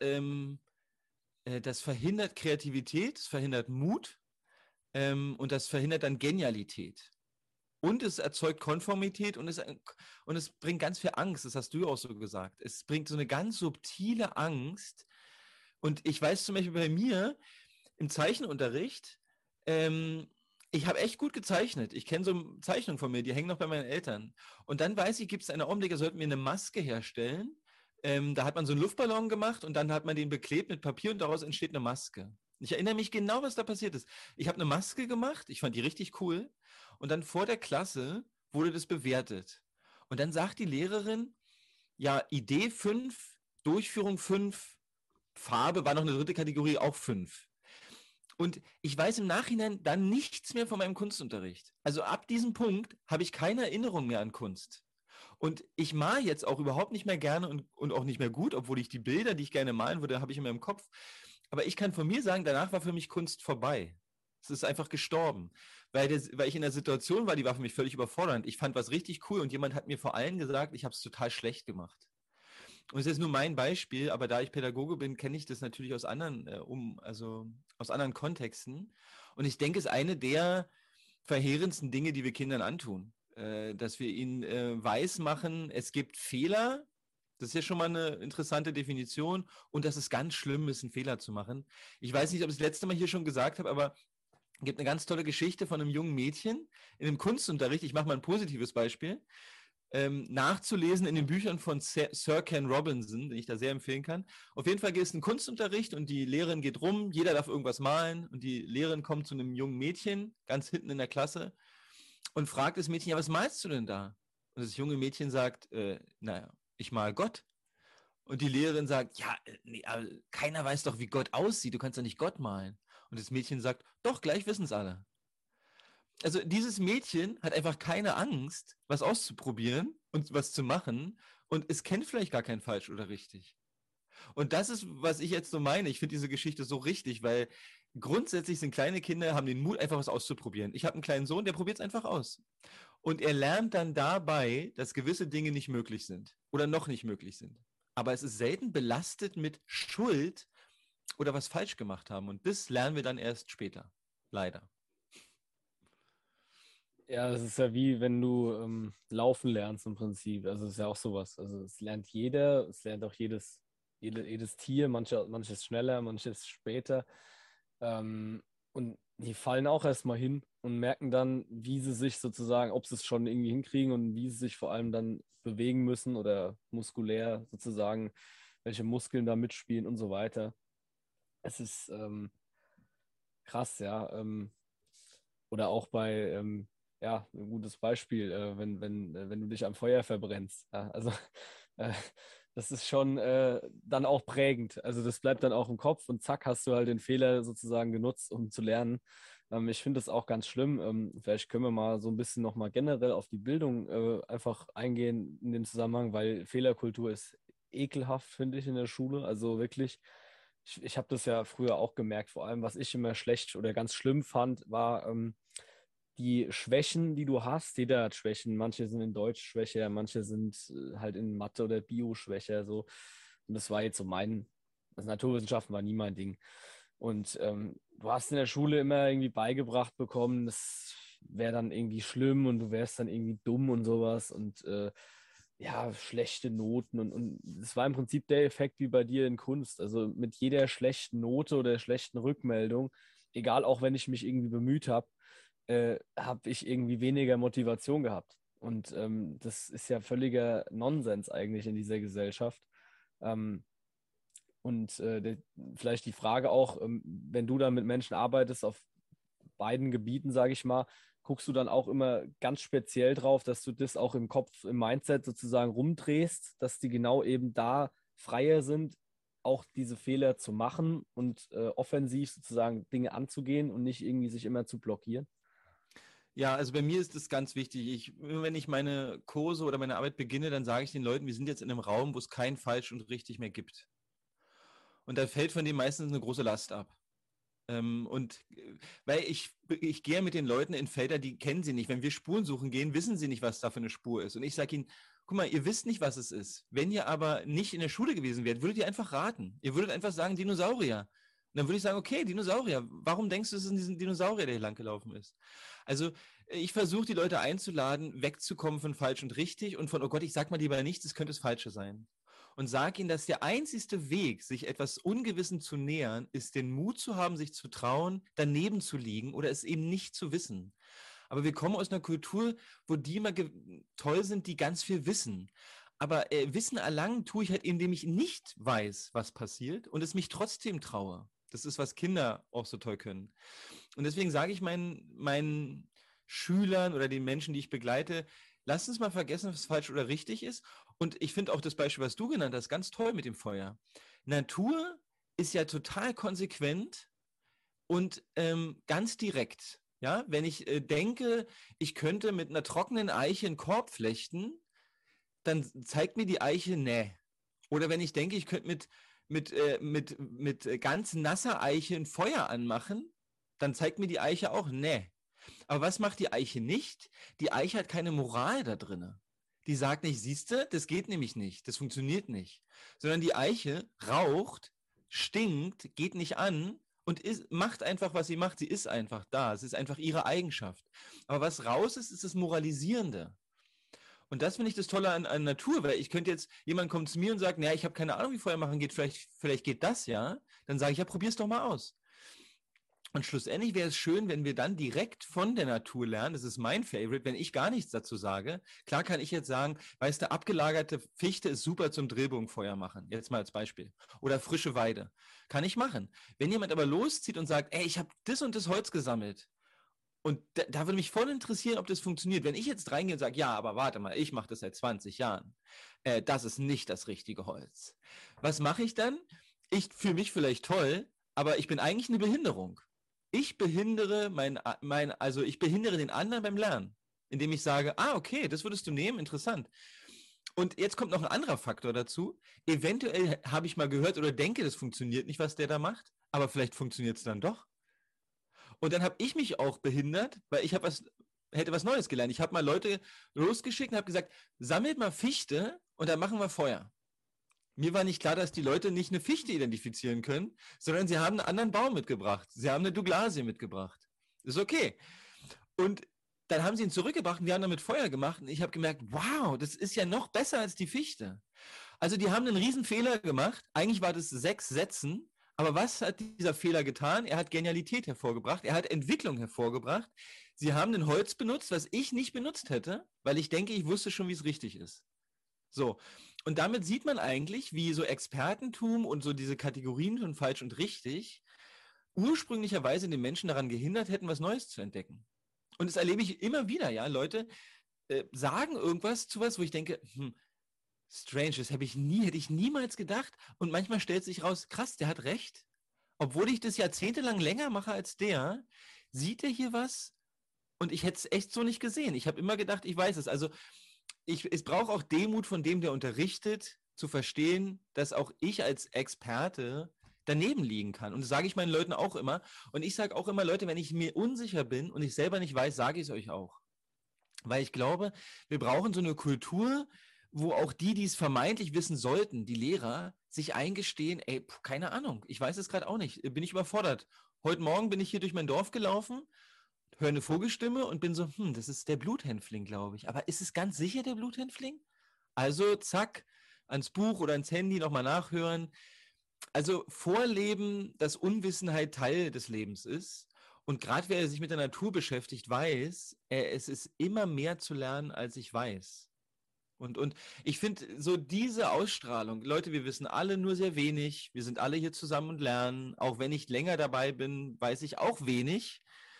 das verhindert Kreativität, es verhindert Mut und das verhindert dann Genialität. Und es erzeugt Konformität und es bringt ganz viel Angst, das hast du auch so gesagt. Es bringt so eine ganz subtile Angst. Und ich weiß zum Beispiel bei mir, im Zeichenunterricht, ich habe echt gut gezeichnet. Ich kenne so Zeichnungen von mir, die hängen noch bei meinen Eltern. Und dann weiß ich, gibt es einen Augenblick, da sollten wir eine Maske herstellen. Da hat man so einen Luftballon gemacht und dann hat man den beklebt mit Papier und daraus entsteht eine Maske. Ich erinnere mich genau, was da passiert ist. Ich habe eine Maske gemacht, ich fand die richtig cool. Und dann vor der Klasse wurde das bewertet. Und dann sagt die Lehrerin, ja, Idee 5, Durchführung 5, Farbe war noch eine dritte Kategorie, auch 5. Und ich weiß im Nachhinein dann nichts mehr von meinem Kunstunterricht. Also ab diesem Punkt habe ich keine Erinnerung mehr an Kunst. Und ich male jetzt auch überhaupt nicht mehr gerne und auch nicht mehr gut, obwohl ich die Bilder, die ich gerne malen würde, habe ich in meinem Kopf. Aber ich kann von mir sagen, danach war für mich Kunst vorbei. Es ist einfach gestorben, weil ich in der Situation war, die war für mich völlig überfordernd. Ich fand was richtig cool und jemand hat mir vor allem gesagt, ich habe es total schlecht gemacht. Und es ist nur mein Beispiel, aber da ich Pädagoge bin, kenne ich das natürlich aus anderen, also aus anderen Kontexten. Und ich denke, es ist eine der verheerendsten Dinge, die wir Kindern antun, dass wir ihnen weismachen, es gibt Fehler. Das ist ja schon mal eine interessante Definition und dass es ganz schlimm ist, einen Fehler zu machen. Ich weiß nicht, ob ich das letzte Mal hier schon gesagt habe, aber es gibt eine ganz tolle Geschichte von einem jungen Mädchen in einem Kunstunterricht. Ich mache mal ein positives Beispiel. Nachzulesen in den Büchern von Sir Ken Robinson, den ich da sehr empfehlen kann. Auf jeden Fall geht es einen Kunstunterricht und die Lehrerin geht rum, jeder darf irgendwas malen und die Lehrerin kommt zu einem jungen Mädchen, ganz hinten in der Klasse und fragt das Mädchen, ja, was malst du denn da? Und das junge Mädchen sagt, naja, ich mal Gott. Und die Lehrerin sagt, ja, nee, keiner weiß doch, wie Gott aussieht, du kannst doch nicht Gott malen. Und das Mädchen sagt, doch, gleich wissen es alle. Also dieses Mädchen hat einfach keine Angst, was auszuprobieren und was zu machen und es kennt vielleicht gar kein falsch oder richtig. Und das ist, was ich jetzt so meine. Ich finde diese Geschichte so richtig, weil grundsätzlich sind kleine Kinder, haben den Mut, einfach was auszuprobieren. Ich habe einen kleinen Sohn, der probiert es einfach aus. Und er lernt dann dabei, dass gewisse Dinge nicht möglich sind oder noch nicht möglich sind. Aber es ist selten belastet mit Schuld oder was falsch gemacht haben. Und das lernen wir dann erst später. Leider. Ja, das ist ja wie wenn du laufen lernst im Prinzip. Also es ist ja auch sowas. Also es lernt jeder, es lernt auch jedes Tier, manches schneller, manches später. Und die fallen auch erstmal hin und merken dann, wie sie sich sozusagen, ob sie es schon irgendwie hinkriegen und wie sie sich vor allem dann bewegen müssen oder muskulär sozusagen, welche Muskeln da mitspielen und so weiter. Es ist krass, ja. Oder auch bei, ja, ein gutes Beispiel, wenn du dich am Feuer verbrennst. Ja, also äh, das ist schon dann auch prägend. Also das bleibt dann auch im Kopf und zack, hast du halt den Fehler sozusagen genutzt, um zu lernen. Ich finde das auch ganz schlimm. Vielleicht können wir mal so ein bisschen nochmal generell auf die Bildung einfach eingehen in dem Zusammenhang, weil Fehlerkultur ist ekelhaft, finde ich, in der Schule. Also wirklich, ich habe das ja früher auch gemerkt, vor allem, was ich immer schlecht oder ganz schlimm fand, war die Schwächen, die du hast. Jeder hat Schwächen. Manche sind in Deutsch schwächer, manche sind halt in Mathe oder Bio schwächer. So. Und das war jetzt so also Naturwissenschaften war nie mein Ding. Und du hast in der Schule immer irgendwie beigebracht bekommen, das wäre dann irgendwie schlimm und du wärst dann irgendwie dumm und sowas und ja, schlechte Noten und es war im Prinzip der Effekt wie bei dir in Kunst. Also mit jeder schlechten Note oder schlechten Rückmeldung, egal auch wenn ich mich irgendwie bemüht habe ich irgendwie weniger Motivation gehabt. Und das ist ja völliger Nonsens eigentlich in dieser Gesellschaft. Ähm, und vielleicht die Frage auch, wenn du da mit Menschen arbeitest, auf beiden Gebieten, sage ich mal, guckst du dann auch immer ganz speziell drauf, dass du das auch im Kopf, im Mindset sozusagen rumdrehst, dass die genau eben da freier sind, auch diese Fehler zu machen und offensiv sozusagen Dinge anzugehen und nicht irgendwie sich immer zu blockieren? Ja, also bei mir ist es ganz wichtig. Wenn ich meine Kurse oder meine Arbeit beginne, dann sage ich den Leuten, wir sind jetzt in einem Raum, wo es kein falsch und richtig mehr gibt. Und da fällt von dem meistens eine große Last ab. Weil ich gehe mit den Leuten in Felder, die kennen sie nicht. Wenn wir Spuren suchen gehen, wissen sie nicht, was da für eine Spur ist. Und ich sage ihnen, guck mal, ihr wisst nicht, was es ist. Wenn ihr aber nicht in der Schule gewesen wärt, würdet ihr einfach raten. Ihr würdet einfach sagen, Dinosaurier. Und dann würde ich sagen, okay, Dinosaurier. Warum denkst du, es ist ein Dinosaurier, der hier langgelaufen ist? Also ich versuche, die Leute einzuladen, wegzukommen von falsch und richtig und von, oh Gott, ich sag mal lieber nichts, es könnte das Falsche sein. und sage ihnen, dass der einzigste Weg, sich etwas Ungewissen zu nähern, ist, den Mut zu haben, sich zu trauen, daneben zu liegen oder es eben nicht zu wissen. Aber wir kommen aus einer Kultur, wo die immer toll sind, die ganz viel wissen. Aber Wissen erlangen tue ich halt, indem ich nicht weiß, was passiert und es mich trotzdem traue. Das ist, was Kinder auch so toll können. Und deswegen sage ich meinen Schülern oder den Menschen, die ich begleite, lasst uns mal vergessen, was falsch oder richtig ist. Und ich finde auch das Beispiel, was du genannt hast, ganz toll mit dem Feuer. Natur ist ja total konsequent und ganz direkt. Ja, wenn ich denke, ich könnte mit einer trockenen Eiche einen Korb flechten, dann zeigt mir die Eiche, nee. Oder wenn ich denke, ich könnte mit ganz nasser Eiche ein Feuer anmachen, dann zeigt mir die Eiche auch, nee. Aber was macht die Eiche nicht? Die Eiche hat keine Moral da drin. Die sagt nicht, siehste, das geht nämlich nicht, das funktioniert nicht. Sondern die Eiche raucht, stinkt, geht nicht an und macht einfach, was sie macht. Sie ist einfach da. Es ist einfach ihre Eigenschaft. Aber was raus ist, ist das Moralisierende. Und das finde ich das Tolle an Natur, weil ich könnte jetzt, jemand kommt zu mir und sagt, naja, ich habe keine Ahnung, wie Feuer machen geht, vielleicht geht das ja. Dann sage ich, ja, probier's doch mal aus. Und schlussendlich wäre es schön, wenn wir dann direkt von der Natur lernen. Das ist mein Favorite, wenn ich gar nichts dazu sage. Klar kann ich jetzt sagen, weißt du, abgelagerte Fichte ist super zum Drehbogenfeuer machen. Jetzt mal als Beispiel. Oder frische Weide. Kann ich machen. Wenn jemand aber loszieht und sagt, ey, ich habe das und das Holz gesammelt. Und da würde mich voll interessieren, ob das funktioniert. Wenn ich jetzt reingehe und sage, ja, aber warte mal, ich mache das seit 20 Jahren. Das ist nicht das richtige Holz. Was mache ich dann? Ich fühle mich vielleicht toll, aber ich bin eigentlich eine Behinderung. Ich behindere ich behindere den anderen beim Lernen, indem ich sage, okay, das würdest du nehmen, interessant. Und jetzt kommt noch ein anderer Faktor dazu. Eventuell habe ich mal gehört oder denke, das funktioniert nicht, was der da macht, aber vielleicht funktioniert es dann doch. Und dann habe ich mich auch behindert, weil ich hätte was Neues gelernt. Ich habe mal Leute losgeschickt und habe gesagt, sammelt mal Fichte und dann machen wir Feuer. Mir war nicht klar, dass die Leute nicht eine Fichte identifizieren können, sondern sie haben einen anderen Baum mitgebracht. Sie haben eine Douglasie mitgebracht. Ist okay. Und dann haben sie ihn zurückgebracht und wir haben damit Feuer gemacht und ich habe gemerkt, wow, das ist ja noch besser als die Fichte. Also die haben einen riesen Fehler gemacht. Eigentlich war das 6 Sätzen. Aber was hat dieser Fehler getan? Er hat Genialität hervorgebracht. Er hat Entwicklung hervorgebracht. Sie haben ein Holz benutzt, was ich nicht benutzt hätte, weil ich denke, ich wusste schon, wie es richtig ist. So. Und damit sieht man eigentlich, wie so Expertentum und so diese Kategorien von falsch und richtig ursprünglicherweise den Menschen daran gehindert hätten, was Neues zu entdecken. Und das erlebe ich immer wieder, ja. Leute sagen irgendwas zu was, wo ich denke, strange, das hätte ich niemals gedacht. Und manchmal stellt sich raus, krass, der hat recht. Obwohl ich das jahrzehntelang länger mache als der, sieht er hier was? Und ich hätte es echt so nicht gesehen. Ich habe immer gedacht, ich weiß es. Also es braucht auch Demut von dem, der unterrichtet, zu verstehen, dass auch ich als Experte daneben liegen kann. Und das sage ich meinen Leuten auch immer. Und ich sage auch immer, Leute, wenn ich mir unsicher bin und ich selber nicht weiß, sage ich es euch auch. Weil ich glaube, wir brauchen so eine Kultur, wo auch die es vermeintlich wissen sollten, die Lehrer, sich eingestehen, ey, keine Ahnung, ich weiß es gerade auch nicht, bin ich überfordert. Heute Morgen bin ich hier durch mein Dorf gelaufen, höre eine Vogelstimme und bin so, das ist der Bluthänfling, glaube ich. Aber ist es ganz sicher der Bluthänfling? Also zack, ans Buch oder ans Handy nochmal nachhören. Also vorleben, dass Unwissenheit Teil des Lebens ist. Und gerade wer sich mit der Natur beschäftigt, weiß, es ist immer mehr zu lernen, als ich weiß. Und ich finde so diese Ausstrahlung, Leute, wir wissen alle nur sehr wenig, wir sind alle hier zusammen und lernen, auch wenn ich länger dabei bin, weiß ich auch wenig.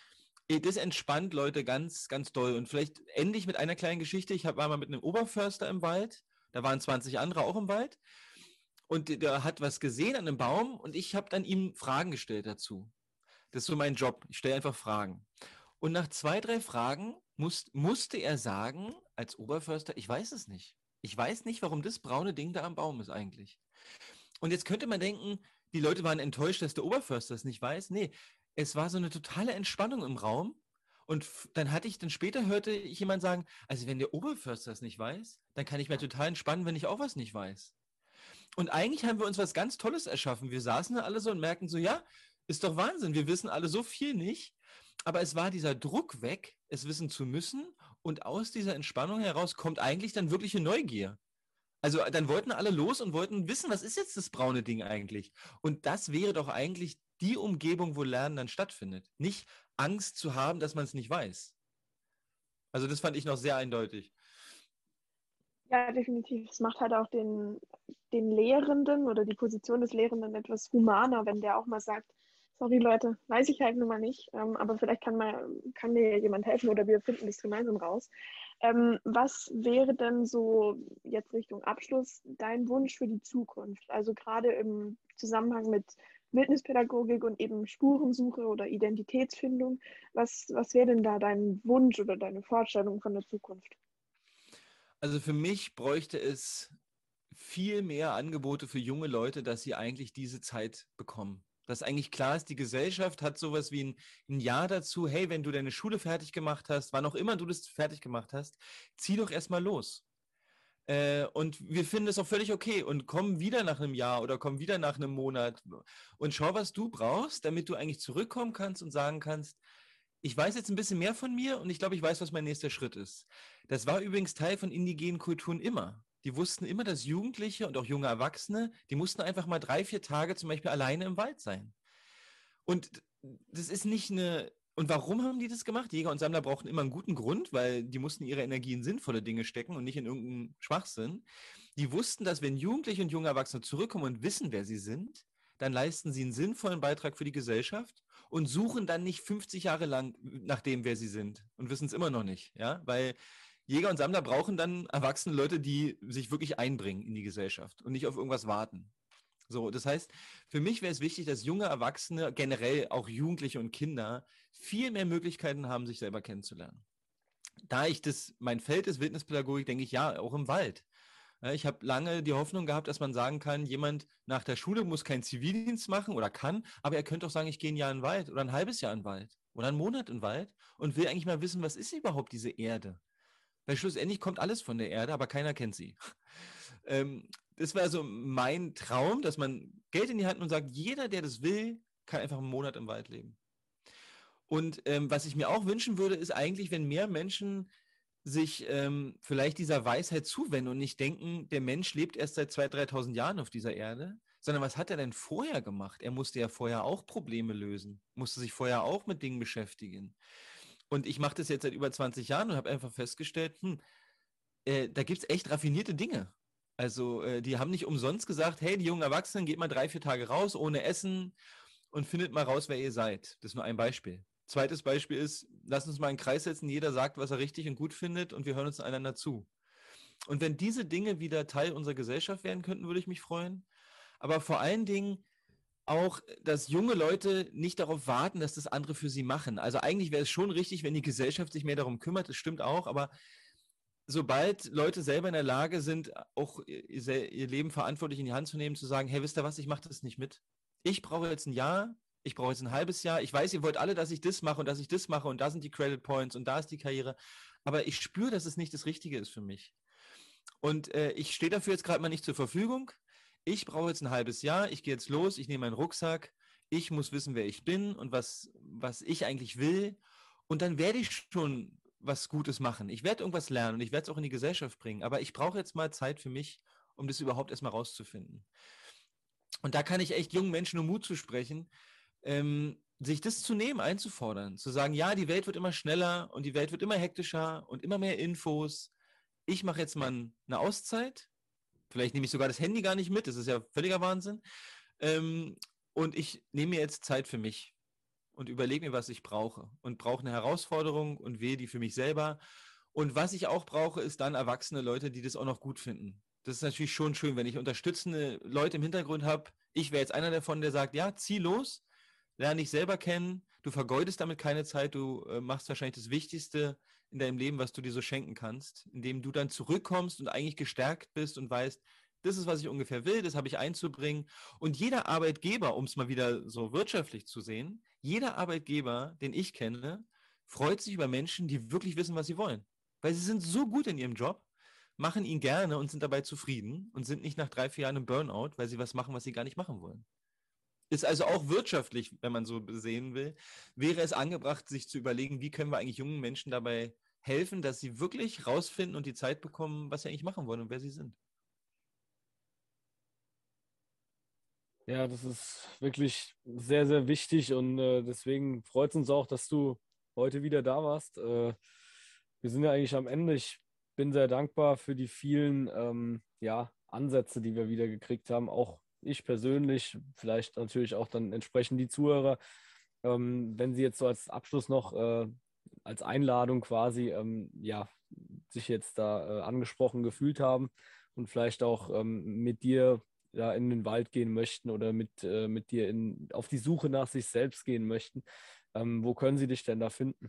Das entspannt Leute ganz, ganz doll. Und vielleicht ende ich mit einer kleinen Geschichte. Ich war mal mit einem Oberförster im Wald, da waren 20 andere auch im Wald und der hat was gesehen an einem Baum und ich habe dann ihm Fragen gestellt dazu. Das ist so mein Job, ich stelle einfach Fragen. Und nach 2, 3 Fragen musste er sagen, als Oberförster, ich weiß es nicht. Ich weiß nicht, warum das braune Ding da am Baum ist eigentlich. Und jetzt könnte man denken, die Leute waren enttäuscht, dass der Oberförster es nicht weiß. Nee, es war so eine totale Entspannung im Raum. Und dann später hörte ich jemand sagen, also wenn der Oberförster es nicht weiß, dann kann ich mir total entspannen, wenn ich auch was nicht weiß. Und eigentlich haben wir uns was ganz Tolles erschaffen. Wir saßen da alle so und merken so, ja, ist doch Wahnsinn, wir wissen alle so viel nicht. Aber es war dieser Druck weg, es wissen zu müssen. Und aus dieser Entspannung heraus kommt eigentlich dann wirkliche Neugier. Also dann wollten alle los und wollten wissen, was ist jetzt das braune Ding eigentlich? Und das wäre doch eigentlich die Umgebung, wo Lernen dann stattfindet. Nicht Angst zu haben, dass man es nicht weiß. Also das fand ich noch sehr eindeutig. Ja, definitiv. Es macht halt auch den Lehrenden oder die Position des Lehrenden etwas humaner, wenn der auch mal sagt, sorry Leute, weiß ich halt nun mal nicht, aber vielleicht kann mir ja jemand helfen oder wir finden das gemeinsam raus. Was wäre denn so jetzt Richtung Abschluss dein Wunsch für die Zukunft? Also gerade im Zusammenhang mit Wildnispädagogik und eben Spurensuche oder Identitätsfindung. Was wäre denn da dein Wunsch oder deine Vorstellung von der Zukunft? Also für mich bräuchte es viel mehr Angebote für junge Leute, dass sie eigentlich diese Zeit bekommen. Dass eigentlich klar ist, die Gesellschaft hat sowas wie ein Jahr dazu, hey, wenn du deine Schule fertig gemacht hast, wann auch immer du das fertig gemacht hast, zieh doch erstmal los. Und wir finden es auch völlig okay und komm wieder nach einem Jahr oder komm wieder nach einem Monat und schau, was du brauchst, damit du eigentlich zurückkommen kannst und sagen kannst, ich weiß jetzt ein bisschen mehr von mir und ich glaube, ich weiß, was mein nächster Schritt ist. Das war übrigens Teil von indigenen Kulturen immer. Die wussten immer, dass Jugendliche und auch junge Erwachsene, die mussten einfach mal 3, 4 Tage zum Beispiel alleine im Wald sein. Und das ist nicht eine. Und warum haben die das gemacht? Jäger und Sammler brauchten immer einen guten Grund, weil die mussten ihre Energie in sinnvolle Dinge stecken und nicht in irgendeinen Schwachsinn. Die wussten, dass wenn Jugendliche und junge Erwachsene zurückkommen und wissen, wer sie sind, dann leisten sie einen sinnvollen Beitrag für die Gesellschaft und suchen dann nicht 50 Jahre lang nach dem, wer sie sind und wissen es immer noch nicht. Ja? Weil Jäger und Sammler brauchen dann erwachsene Leute, die sich wirklich einbringen in die Gesellschaft und nicht auf irgendwas warten. So, das heißt, für mich wäre es wichtig, dass junge Erwachsene, generell auch Jugendliche und Kinder, viel mehr Möglichkeiten haben, sich selber kennenzulernen. Da mein Feld ist Wildnispädagogik, denke ich, ja, auch im Wald. Ja, ich habe lange die Hoffnung gehabt, dass man sagen kann, jemand nach der Schule muss keinen Zivildienst machen oder kann, aber er könnte auch sagen, ich gehe ein Jahr in den Wald oder ein halbes Jahr in den Wald oder einen Monat in den Wald und will eigentlich mal wissen, was ist überhaupt diese Erde? Weil schlussendlich kommt alles von der Erde, aber keiner kennt sie. Das war so mein Traum, dass man Geld in die Hand nimmt und sagt, jeder, der das will, kann einfach einen Monat im Wald leben. Und was ich mir auch wünschen würde, ist eigentlich, wenn mehr Menschen sich vielleicht dieser Weisheit zuwenden und nicht denken, der Mensch lebt erst seit 2.000, 3.000 Jahren auf dieser Erde, sondern was hat er denn vorher gemacht? Er musste ja vorher auch Probleme lösen, musste sich vorher auch mit Dingen beschäftigen. Und ich mache das jetzt seit über 20 Jahren und habe einfach festgestellt, da gibt es echt raffinierte Dinge. Also die haben nicht umsonst gesagt, hey, die jungen Erwachsenen, geht mal 3, 4 Tage raus ohne Essen und findet mal raus, wer ihr seid. Das ist nur ein Beispiel. Zweites Beispiel ist, lass uns mal einen Kreis setzen, jeder sagt, was er richtig und gut findet und wir hören uns einander zu. Und wenn diese Dinge wieder Teil unserer Gesellschaft werden könnten, würde ich mich freuen. Aber vor allen Dingen auch, dass junge Leute nicht darauf warten, dass das andere für sie machen. Also eigentlich wäre es schon richtig, wenn die Gesellschaft sich mehr darum kümmert, das stimmt auch, aber sobald Leute selber in der Lage sind, auch ihr Leben verantwortlich in die Hand zu nehmen, zu sagen, hey, wisst ihr was, ich mache das nicht mit. Ich brauche jetzt ein Jahr, ich brauche jetzt ein halbes Jahr. Ich weiß, ihr wollt alle, dass ich das mache und dass ich das mache und da sind die Credit Points und da ist die Karriere. Aber ich spüre, dass es nicht das Richtige ist für mich. Und ich stehe dafür jetzt gerade mal nicht zur Verfügung. Ich brauche jetzt ein halbes Jahr, ich gehe jetzt los, ich nehme meinen Rucksack, ich muss wissen, wer ich bin und was ich eigentlich will. Und dann werde ich schon was Gutes machen. Ich werde irgendwas lernen und ich werde es auch in die Gesellschaft bringen. Aber ich brauche jetzt mal Zeit für mich, um das überhaupt erstmal rauszufinden. Und da kann ich echt jungen Menschen nur Mut zu sprechen, sich das zu nehmen, einzufordern, zu sagen, ja, die Welt wird immer schneller und die Welt wird immer hektischer und immer mehr Infos. Ich mache jetzt mal eine Auszeit. Vielleicht nehme ich sogar das Handy gar nicht mit, das ist ja völliger Wahnsinn. Und ich nehme mir jetzt Zeit für mich und überlege mir, was ich brauche. Und brauche eine Herausforderung und wähle die für mich selber. Und was ich auch brauche, ist dann erwachsene Leute, die das auch noch gut finden. Das ist natürlich schon schön, wenn ich unterstützende Leute im Hintergrund habe. Ich wäre jetzt einer davon, der sagt, ja, zieh los, lerne dich selber kennen, du vergeudest damit keine Zeit, du machst wahrscheinlich das Wichtigste in deinem Leben, was du dir so schenken kannst, indem du dann zurückkommst und eigentlich gestärkt bist und weißt, das ist, was ich ungefähr will, das habe ich einzubringen. Und jeder Arbeitgeber, um es mal wieder so wirtschaftlich zu sehen, jeder Arbeitgeber, den ich kenne, freut sich über Menschen, die wirklich wissen, was sie wollen. Weil sie sind so gut in ihrem Job, machen ihn gerne und sind dabei zufrieden und sind nicht nach 3, 4 Jahren im Burnout, weil sie was machen, was sie gar nicht machen wollen. Ist also auch wirtschaftlich, wenn man so sehen will, wäre es angebracht, sich zu überlegen, wie können wir eigentlich jungen Menschen dabei helfen, dass sie wirklich rausfinden und die Zeit bekommen, was sie eigentlich machen wollen und wer sie sind. Ja, das ist wirklich sehr, sehr wichtig und deswegen freut es uns auch, dass du heute wieder da warst. Wir sind ja eigentlich am Ende. Ich bin sehr dankbar für die vielen ja, Ansätze, die wir wieder gekriegt haben. Auch ich persönlich, vielleicht natürlich auch dann entsprechend die Zuhörer. Wenn Sie jetzt so als Abschluss noch als Einladung quasi ja, sich jetzt da angesprochen gefühlt haben und vielleicht auch mit dir ja, in den Wald gehen möchten oder mit dir auf die Suche nach sich selbst gehen möchten, wo können sie dich denn da finden?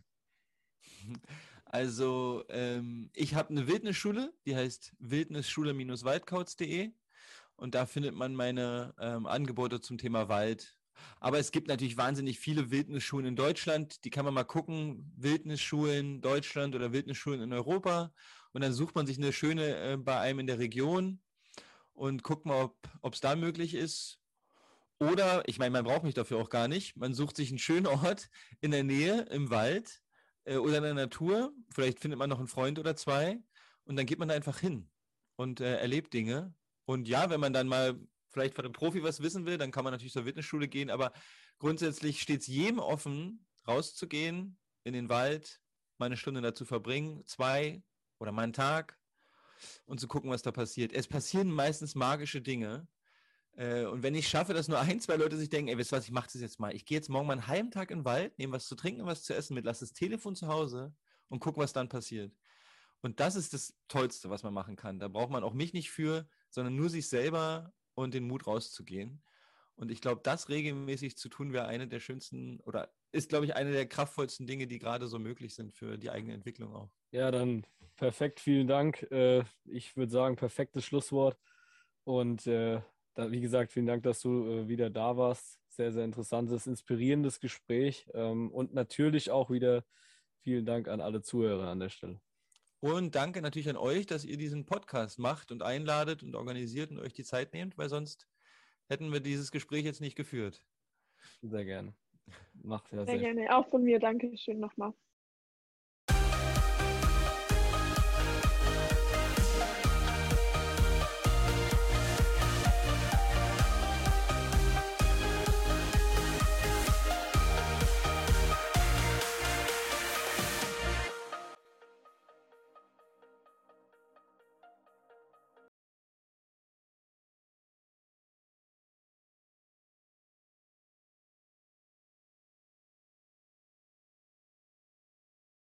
Also, ich habe eine Wildnisschule, die heißt wildnisschule-waldkauz.de und da findet man meine Angebote zum Thema Wald. Aber es gibt natürlich wahnsinnig viele Wildnisschulen in Deutschland, die kann man mal gucken, Wildnisschulen Deutschland oder Wildnisschulen in Europa und dann sucht man sich eine schöne bei einem in der Region und guckt mal, ob es da möglich ist. Oder, ich meine, man braucht mich dafür auch gar nicht. Man sucht sich einen schönen Ort in der Nähe, im Wald oder in der Natur. Vielleicht findet man noch einen Freund oder zwei und dann geht man da einfach hin und erlebt Dinge. Und ja, wenn man dann mal vielleicht von einem Profi was wissen will, dann kann man natürlich zur Fitnessschule gehen. Aber grundsätzlich steht es jedem offen, rauszugehen in den Wald, mal eine Stunde dazu verbringen, zwei oder mal einen Tag und zu gucken, was da passiert. Es passieren meistens magische Dinge. Und wenn ich schaffe, dass nur ein, zwei Leute sich denken, ey, wisst ihr was, ich mache das jetzt mal. Ich gehe jetzt morgen mal einen halben Tag in den Wald, nehme was zu trinken und was zu essen mit, lasse das Telefon zu Hause und gucke, was dann passiert. Und das ist das Tollste, was man machen kann. Da braucht man auch mich nicht für, sondern nur sich selber und den Mut rauszugehen. Und ich glaube, das regelmäßig zu tun, wäre eine der schönsten oder ist, glaube ich, eine der kraftvollsten Dinge, die gerade so möglich sind für die eigene Entwicklung auch. Ja, dann perfekt, vielen Dank. Ich würde sagen, perfektes Schlusswort. Und wie gesagt, vielen Dank, dass du wieder da warst. Sehr, sehr interessantes, inspirierendes Gespräch. Und natürlich auch wieder vielen Dank an alle Zuhörer an der Stelle. Und danke natürlich an euch, dass ihr diesen Podcast macht und einladet und organisiert und euch die Zeit nehmt, weil sonst hätten wir dieses Gespräch jetzt nicht geführt. Sehr gerne. Macht ja Sehr sehr gerne. Auch von mir. Dankeschön nochmal.